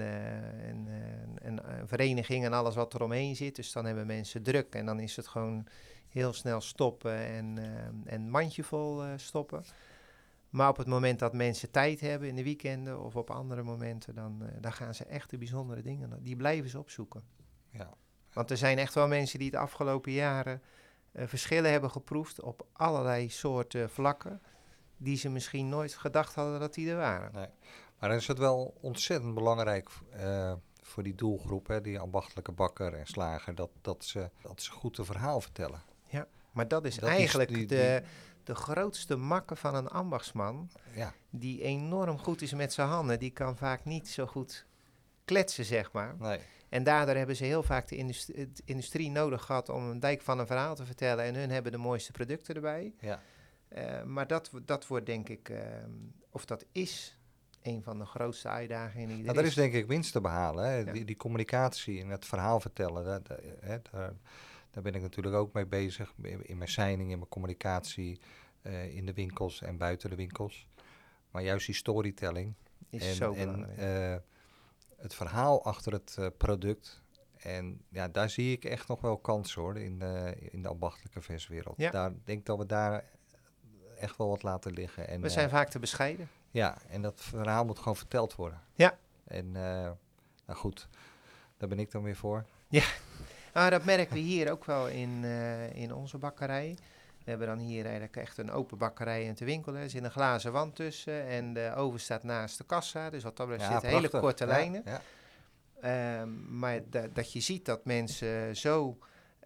[SPEAKER 2] verenigingen en alles wat er omheen zit. Dus dan hebben mensen druk en dan is het gewoon heel snel stoppen en mandjevol stoppen. Maar op het moment dat mensen tijd hebben in de weekenden of op andere momenten, dan gaan ze echt de bijzondere dingen, die blijven ze opzoeken. Ja. Want er zijn echt wel mensen die de afgelopen jaren verschillen hebben geproefd op allerlei soorten vlakken, die ze misschien nooit gedacht hadden dat die er waren.
[SPEAKER 1] Nee. Maar dan is het wel ontzettend belangrijk voor die doelgroep, hè, die ambachtelijke bakker en slager, dat ze goed een verhaal vertellen.
[SPEAKER 2] Ja, maar dat is eigenlijk de grootste makke van een ambachtsman, die enorm goed is met zijn handen. Die kan vaak niet zo goed kletsen, zeg maar. Nee. En daardoor hebben ze heel vaak de industrie nodig gehad om een dijk van een verhaal te vertellen. En hun hebben de mooiste producten erbij. Ja. Maar dat wordt denk ik, of dat is een van de grootste uitdagingen die er
[SPEAKER 1] is. Is denk ik winst te behalen. Hè? Ja. Die communicatie en het verhaal vertellen, daar ben ik natuurlijk ook mee bezig. In mijn signing, in mijn communicatie, in de winkels en buiten de winkels. Maar juist die storytelling.
[SPEAKER 2] Is zo belangrijk.
[SPEAKER 1] Het verhaal achter het product. En ja, daar zie ik echt nog wel kansen hoor, in de ambachtelijke verswereld. Ja. Daar denk ik dat we daar echt wel wat laten liggen. En,
[SPEAKER 2] we zijn vaak te bescheiden.
[SPEAKER 1] Ja, en dat verhaal moet gewoon verteld worden.
[SPEAKER 2] Ja.
[SPEAKER 1] En nou goed, daar ben ik dan weer voor.
[SPEAKER 2] Ja, dat merken we hier ook wel in onze bakkerij. We hebben dan hier eigenlijk echt een open bakkerij in de winkel. Er zit een glazen wand tussen en de oven staat naast de kassa. Dus wat dat betreft zitten hele korte lijnen. Ja. Maar dat je ziet dat mensen zo...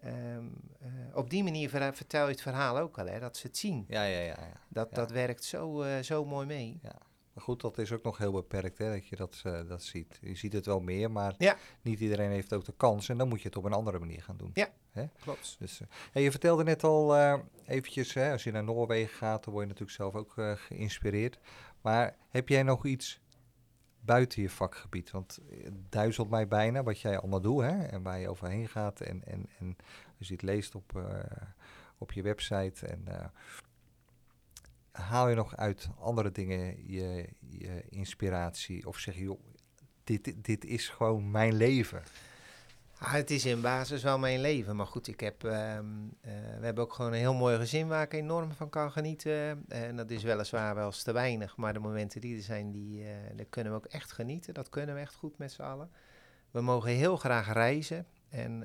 [SPEAKER 2] op die manier vertel je het verhaal ook al, hè, dat ze het zien.
[SPEAKER 1] Ja.
[SPEAKER 2] Dat werkt zo mooi mee.
[SPEAKER 1] Ja. Maar goed, dat is ook nog heel beperkt, hè, dat je dat ziet. Je ziet het wel meer, maar niet iedereen heeft ook de kans. En dan moet je het op een andere manier gaan doen.
[SPEAKER 2] Ja, hè? Klopt.
[SPEAKER 1] Dus, je vertelde net al eventjes, als je naar Noorwegen gaat, dan word je natuurlijk zelf ook geïnspireerd. Maar heb jij nog iets buiten je vakgebied? Want het duizelt mij bijna wat jij allemaal doet, hè? En waar je overheen gaat en als je het leest op je website. En haal je nog uit andere dingen je inspiratie? Of zeg je, joh, dit is gewoon mijn leven?
[SPEAKER 2] Het is in basis wel mijn leven. Maar goed, we hebben ook gewoon een heel mooi gezin waar ik enorm van kan genieten. En dat is weliswaar wel eens te weinig. Maar de momenten die er zijn, daar kunnen we ook echt genieten. Dat kunnen we echt goed met z'n allen. We mogen heel graag reizen. En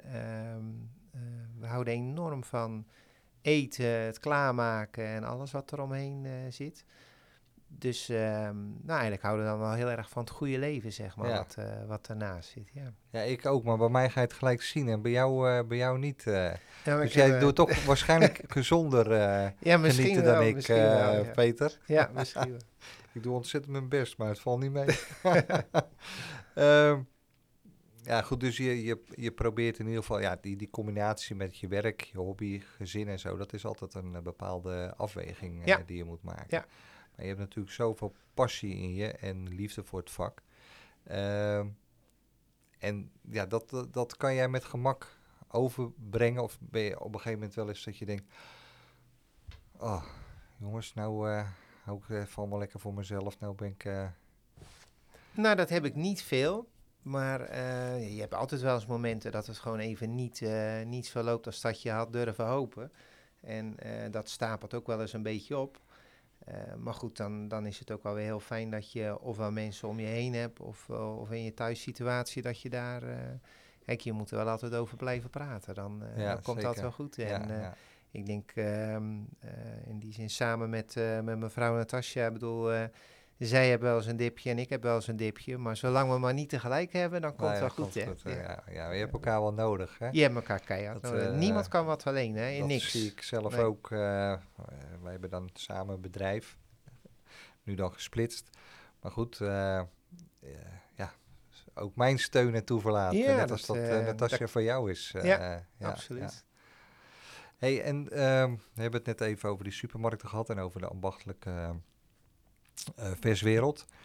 [SPEAKER 2] we houden enorm van eten, het klaarmaken en alles wat er omheen zit. Dus eigenlijk houden we dan wel heel erg van het goede leven, zeg maar, wat ernaast zit.
[SPEAKER 1] Ja, ik ook, maar bij mij ga je het gelijk zien en bij jou niet. Dus jij doet toch waarschijnlijk gezonder genieten dan ik, wel, Peter.
[SPEAKER 2] Ja, misschien wel.
[SPEAKER 1] Ik doe ontzettend mijn best, maar het valt niet mee. Ja, goed, dus je probeert in ieder geval, die combinatie met je werk, je hobby, gezin en zo, dat is altijd een bepaalde afweging die je moet maken. Ja. Maar je hebt natuurlijk zoveel passie in je en liefde voor het vak. En ja, dat kan jij met gemak overbrengen. Of ben je op een gegeven moment wel eens dat je denkt... Oh, jongens, nou hou ik even allemaal lekker voor mezelf. Nou ben ik...
[SPEAKER 2] Nou, dat heb ik niet veel. Maar je hebt altijd wel eens momenten dat het gewoon even niet zo loopt als dat je had durven hopen. En dat stapelt ook wel eens een beetje op. Maar goed, dan is het ook wel weer heel fijn dat je ofwel mensen om je heen hebt of in je thuissituatie dat je daar... kijk, je moet er wel altijd over blijven praten. Dan komt dat
[SPEAKER 1] zeker.
[SPEAKER 2] wel goed.
[SPEAKER 1] Ja,
[SPEAKER 2] En
[SPEAKER 1] ja.
[SPEAKER 2] ik denk in die zin samen met mijn vrouw Natasja, ik bedoel... zij hebben wel eens een dipje en ik heb wel eens een dipje. Maar zolang we maar niet tegelijk hebben, dan komt het wel goed, hè?
[SPEAKER 1] Ja, je hebt elkaar wel nodig, hè?
[SPEAKER 2] Je hebt elkaar keihard nodig. Niemand kan wat alleen, hè? In
[SPEAKER 1] dat
[SPEAKER 2] niks.
[SPEAKER 1] zie ik zelf
[SPEAKER 2] Nee.
[SPEAKER 1] ook. Wij hebben dan samen een bedrijf. Nu dan gesplitst. Maar goed, ja, ook mijn steun en toeverlaat.
[SPEAKER 2] Ja,
[SPEAKER 1] net als dat Natasja voor jou is.
[SPEAKER 2] Absoluut.
[SPEAKER 1] Ja. Hey, en we hebben het net even over die supermarkten gehad en over de ambachtelijke verswereld.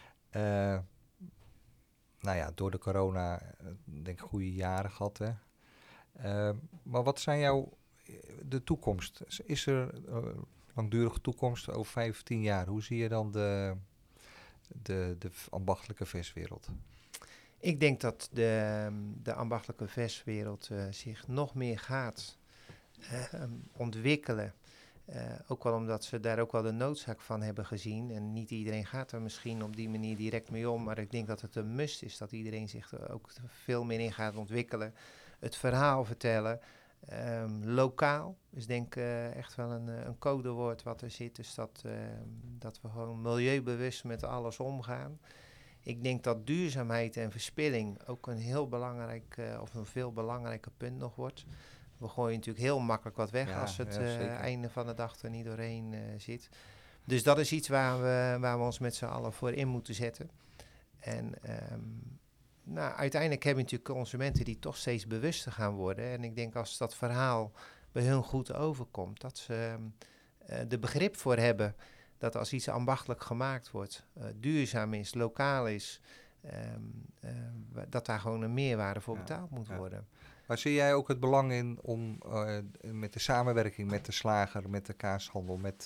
[SPEAKER 1] Nou ja, door de corona denk ik goede jaren gehad, hè. Maar wat zijn de toekomst? Is er langdurige toekomst over 5 of 10 jaar? Hoe zie je dan de ambachtelijke verswereld?
[SPEAKER 2] Ik denk dat de ambachtelijke verswereld zich nog meer gaat ontwikkelen. Ook wel omdat ze daar ook wel de noodzaak van hebben gezien. En niet iedereen gaat er misschien op die manier direct mee om. Maar ik denk dat het een must is dat iedereen zich er ook veel meer in gaat ontwikkelen. Het verhaal vertellen. Lokaal is denk ik echt wel een codewoord wat er zit. Dus dat we gewoon milieubewust met alles omgaan. Ik denk dat duurzaamheid en verspilling ook een heel belangrijk of een veel belangrijker punt nog wordt. We gooien natuurlijk heel makkelijk wat weg als het einde van de dag er niet doorheen zit. Dus dat is iets waar we ons met z'n allen voor in moeten zetten. En uiteindelijk hebben we natuurlijk consumenten die toch steeds bewuster gaan worden. En ik denk als dat verhaal bij hun goed overkomt, dat ze er begrip voor hebben dat als iets ambachtelijk gemaakt wordt, duurzaam is, lokaal is, dat daar gewoon een meerwaarde voor betaald moet worden.
[SPEAKER 1] Maar zie jij ook het belang in om met de samenwerking met de slager, met de kaashandel, met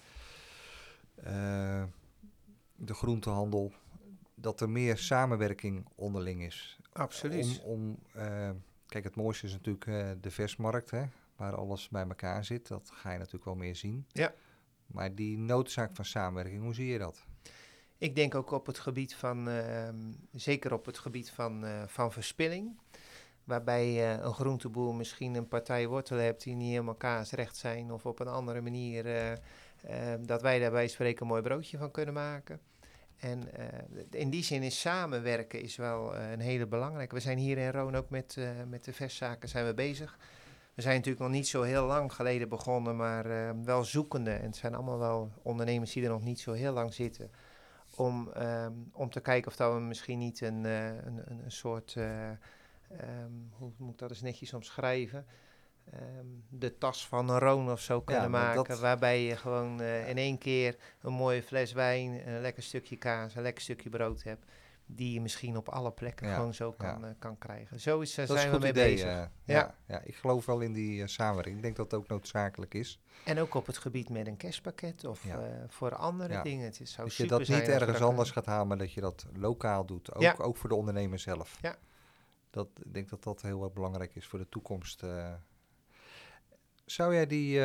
[SPEAKER 1] de groentehandel, dat er meer samenwerking onderling is?
[SPEAKER 2] Absoluut.
[SPEAKER 1] Kijk, het mooiste is natuurlijk de versmarkt, hè, waar alles bij elkaar zit. Dat ga je natuurlijk wel meer zien.
[SPEAKER 2] Ja.
[SPEAKER 1] Maar die noodzaak van samenwerking, hoe zie je dat?
[SPEAKER 2] Ik denk ook op het gebied van, zeker op het gebied van verspilling. Waarbij een groenteboer misschien een partij wortelen hebt die niet helemaal kaasrecht zijn. Of op een andere manier dat wij daarbij spreken een mooi broodje van kunnen maken. En in die zin is samenwerken is wel een hele belangrijke. We zijn hier in Roon ook met de verszaken zijn we bezig. We zijn natuurlijk nog niet zo heel lang geleden begonnen, maar wel zoekende. En het zijn allemaal wel ondernemers die er nog niet zo heel lang zitten. Om te kijken of dat we misschien niet een soort, hoe moet ik dat eens netjes omschrijven? De tas van een Roon of zo kunnen maken. Waarbij je gewoon in één keer een mooie fles wijn, een lekker stukje kaas, een lekker stukje brood hebt. Die je misschien op alle plekken gewoon zo kan krijgen. Zo zijn we mee bezig.
[SPEAKER 1] Ja, ik geloof wel in die samenwerking. Ik denk dat het ook noodzakelijk is.
[SPEAKER 2] En ook op het gebied met een kerstpakket of voor andere dingen. Het zou
[SPEAKER 1] dat je dat niet ergens anders gaat halen, maar dat je dat lokaal doet. Ook voor de ondernemer zelf.
[SPEAKER 2] Ja.
[SPEAKER 1] Ik denk dat dat heel erg belangrijk is voor de toekomst. Zou jij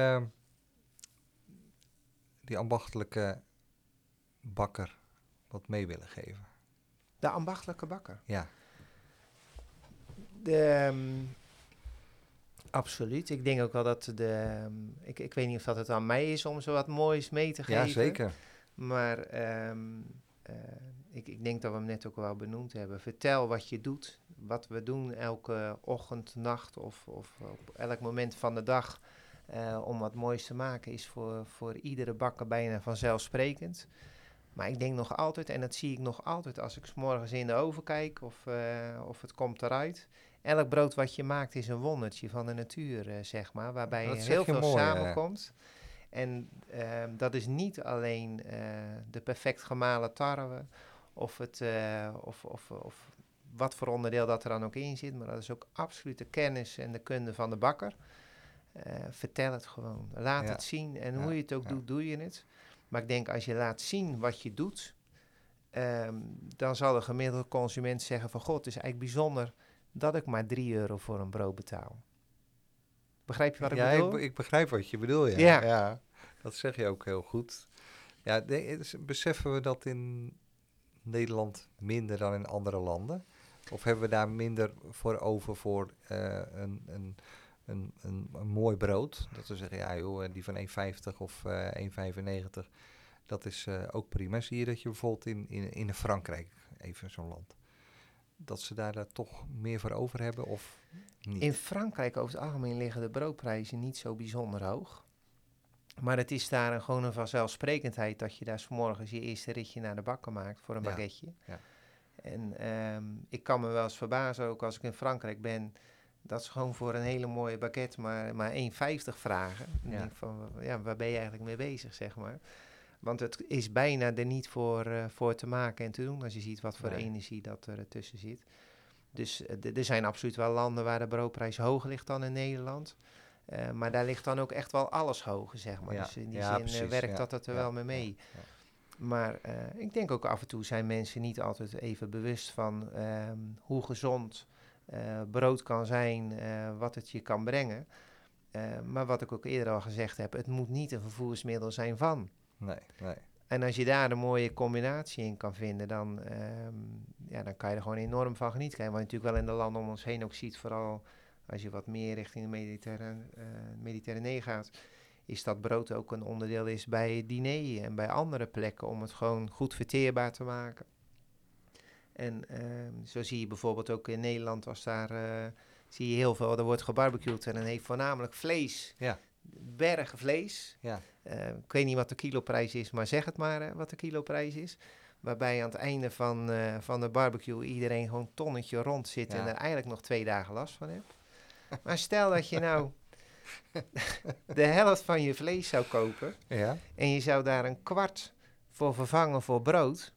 [SPEAKER 1] die ambachtelijke bakker wat mee willen geven?
[SPEAKER 2] De ambachtelijke bakker?
[SPEAKER 1] Ja.
[SPEAKER 2] Absoluut. Ik denk ook wel dat ik weet niet of dat het aan mij is om zo wat moois mee te geven.
[SPEAKER 1] Ja, zeker.
[SPEAKER 2] Maar ik denk dat we hem net ook wel benoemd hebben. Vertel wat je doet. Wat we doen elke ochtend, nacht of op elk moment van de dag. Om wat moois te maken is voor iedere bakker bijna vanzelfsprekend. Maar ik denk nog altijd, en dat zie ik nog altijd als ik 's morgens in de oven kijk of het komt eruit. Elk brood wat je maakt is een wondertje van de natuur, zeg maar. Waarbij heel veel samenkomt. En dat is niet alleen de perfect gemalen tarwe of wat voor onderdeel dat er dan ook in zit. Maar dat is ook absoluut de kennis en de kunde van de bakker. Vertel het gewoon. Laat het zien. En hoe je het ook doet, doe je het. Maar ik denk, als je laat zien wat je doet, dan zal de gemiddelde consument zeggen van, god, het is eigenlijk bijzonder dat ik maar €3 voor een brood betaal. Begrijp je wat ik bedoel?
[SPEAKER 1] Ik begrijp wat je bedoelt, ja. Dat zeg je ook heel goed. Ja, beseffen we dat in Nederland minder dan in andere landen? Of hebben we daar minder voor over voor een mooi brood? Dat we zeggen, ja joh, die van 1,50 of 1,95, dat is ook prima. Zie je dat je bijvoorbeeld in Frankrijk, even zo'n land, dat ze daar toch meer voor over hebben of niet?
[SPEAKER 2] In Frankrijk over het algemeen liggen de broodprijzen niet zo bijzonder hoog. Maar het is daar gewoon een vanzelfsprekendheid dat je daar 's morgens je eerste ritje naar de bakker maakt voor een baguette.
[SPEAKER 1] Ja.
[SPEAKER 2] En ik kan me wel eens verbazen, ook als ik in Frankrijk ben, dat ze gewoon voor een hele mooie baguette maar 1,50 vragen. Dan denk ik van, waar ben je eigenlijk mee bezig, zeg maar. Want het is bijna er niet voor te maken en te doen, als je ziet wat voor energie dat er tussen zit. Dus er zijn absoluut wel landen waar de broodprijs hoger ligt dan in Nederland. Maar daar ligt dan ook echt wel alles hoger, zeg maar. Dus in die zin precies, werkt dat er wel mee. Ja. Maar ik denk ook af en toe zijn mensen niet altijd even bewust van hoe gezond brood kan zijn, wat het je kan brengen. Maar wat ik ook eerder al gezegd heb, het moet niet een vervoersmiddel zijn van.
[SPEAKER 1] Nee.
[SPEAKER 2] En als je daar een mooie combinatie in kan vinden, dan kan je er gewoon enorm van genieten. Kijk, wat je natuurlijk wel in de landen om ons heen ook ziet, vooral als je wat meer richting de Mediterranee gaat, is dat brood ook een onderdeel is bij het diner en bij andere plekken om het gewoon goed verteerbaar te maken. En zo zie je bijvoorbeeld ook in Nederland, als daar zie je heel veel, er wordt gebarbecued en dan heeft voornamelijk vlees.
[SPEAKER 1] Ja.
[SPEAKER 2] Bergen vlees.
[SPEAKER 1] Ja.
[SPEAKER 2] Ik weet niet wat de kiloprijs is, maar zeg het maar wat de kiloprijs is. Waarbij aan het einde van de barbecue iedereen gewoon tonnetje rond zit en er eigenlijk nog 2 dagen last van hebt. Maar stel dat je nou de helft van je vlees zou kopen en je zou daar een kwart voor vervangen voor brood,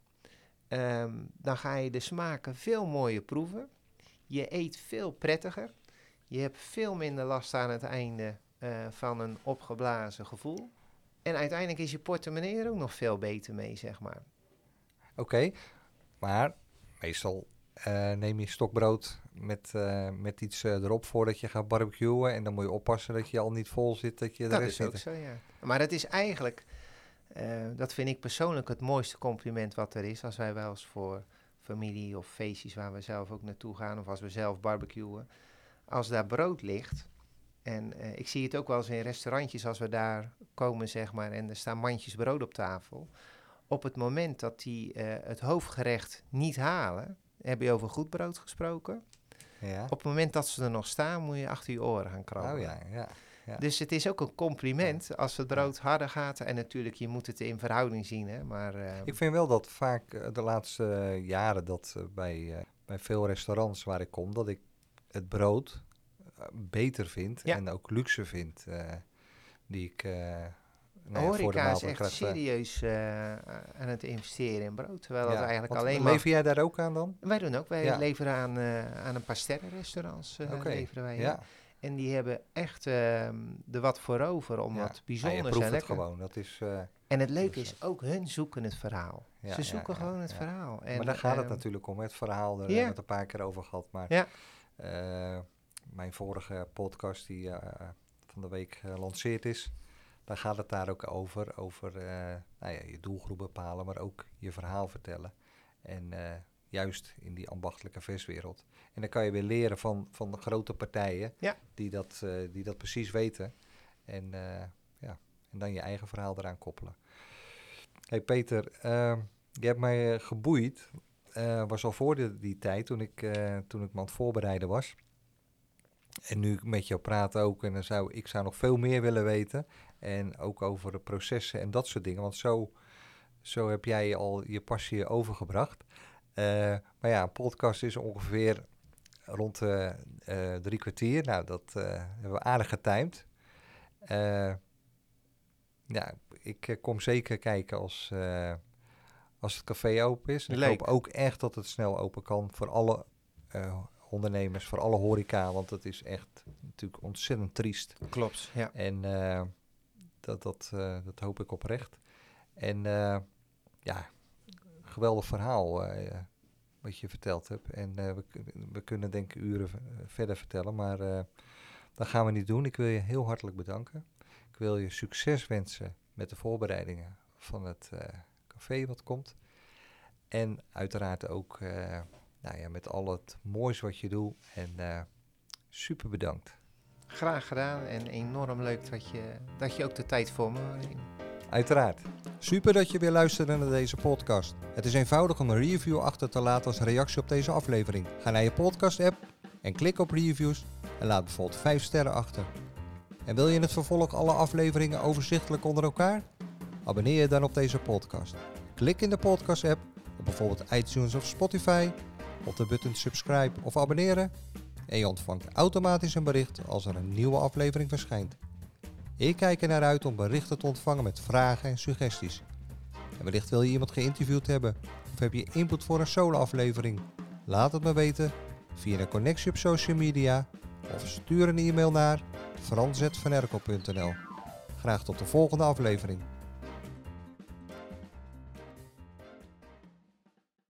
[SPEAKER 2] dan ga je de smaken veel mooier proeven. Je eet veel prettiger. Je hebt veel minder last aan het einde van een opgeblazen gevoel. En uiteindelijk is je portemonnee er ook nog veel beter mee, zeg maar.
[SPEAKER 1] Oké, maar meestal neem je stokbrood met iets erop voordat je gaat barbecuen. En dan moet je oppassen dat je al niet vol zit, dat je de rest
[SPEAKER 2] Dat is ook zo, ja. Maar dat is eigenlijk, dat vind ik persoonlijk het mooiste compliment wat er is. Als wij wel eens voor familie of feestjes waar we zelf ook naartoe gaan, of als we zelf barbecuen. Als daar brood ligt, en ik zie het ook wel eens in restaurantjes als we daar komen, zeg maar, en er staan mandjes brood op tafel. Op het moment dat die het hoofdgerecht niet halen, heb je over goed brood gesproken.
[SPEAKER 1] Ja.
[SPEAKER 2] Op het moment dat ze er nog staan, moet je achter je oren gaan krabben.
[SPEAKER 1] Oh ja.
[SPEAKER 2] Dus het is ook een compliment als het brood harder gaat. En natuurlijk, je moet het in verhouding zien. Hè? Maar,
[SPEAKER 1] ik vind wel dat vaak de laatste jaren dat bij veel restaurants waar ik kom, dat ik het brood beter vind en ook luxe vind. Die ik voor de
[SPEAKER 2] horeca is
[SPEAKER 1] maaltijd
[SPEAKER 2] echt serieus aan het investeren in brood. Terwijl dat eigenlijk alleen
[SPEAKER 1] maar... Lever jij daar ook aan dan?
[SPEAKER 2] Wij doen ook. Wij leveren aan een paar sterrenrestaurants. Leveren wij.
[SPEAKER 1] Ja.
[SPEAKER 2] En die hebben echt er wat voor over om wat bijzonders en lekker.
[SPEAKER 1] Gewoon. Dat is,
[SPEAKER 2] en het leuke is, ook hun zoeken het verhaal. Ze zoeken gewoon het verhaal. En,
[SPEAKER 1] maar daar gaat het natuurlijk om. Het verhaal, daar hebben we het een paar keer over gehad. Maar mijn vorige podcast die van de week gelanceerd is, daar gaat het daar ook over. Over je doelgroep bepalen, maar ook je verhaal vertellen. En juist in die ambachtelijke verswereld. En dan kan je weer leren van de grote partijen die dat precies weten. En dan je eigen verhaal eraan koppelen. Hey Peter, je hebt mij geboeid. Was al voor die tijd, toen ik me aan het voorbereiden was. En nu met jou praten ook. En dan ik zou nog veel meer willen weten. En ook over de processen en dat soort dingen. Want zo heb jij al je passie overgebracht. Maar ja, een podcast is ongeveer rond 3 kwartier. Nou, dat hebben we aardig getimed. Ik kom zeker kijken als het café open is. En ik hoop ook echt dat het snel open kan voor alle ondernemers, voor alle horeca. Want het is echt natuurlijk ontzettend triest.
[SPEAKER 2] Klopt, ja.
[SPEAKER 1] En dat hoop ik oprecht. En geweldig verhaal wat je verteld hebt. En we kunnen denk ik uren verder vertellen, maar dat gaan we niet doen. Ik wil je heel hartelijk bedanken. Ik wil je succes wensen met de voorbereidingen van het café wat komt. En uiteraard ook met al het moois wat je doet. En super bedankt.
[SPEAKER 2] Graag gedaan en enorm leuk dat je ook de tijd voor me neemt.
[SPEAKER 1] Uiteraard. Super dat je weer luisterde naar deze podcast. Het is eenvoudig om een review achter te laten als reactie op deze aflevering. Ga naar je podcast app en klik op reviews en laat bijvoorbeeld 5 sterren achter. En wil je in het vervolg alle afleveringen overzichtelijk onder elkaar? Abonneer je dan op deze podcast. Klik in de podcast app op bijvoorbeeld iTunes of Spotify op de button subscribe of abonneren en je ontvangt automatisch een bericht als er een nieuwe aflevering verschijnt. Ik kijk er naar uit om berichten te ontvangen met vragen en suggesties. En wellicht wil je iemand geïnterviewd hebben of heb je input voor een solo-aflevering? Laat het me weten via een connectie op social media of stuur een e-mail naar frans@vanerkel.nl. Graag tot de volgende aflevering.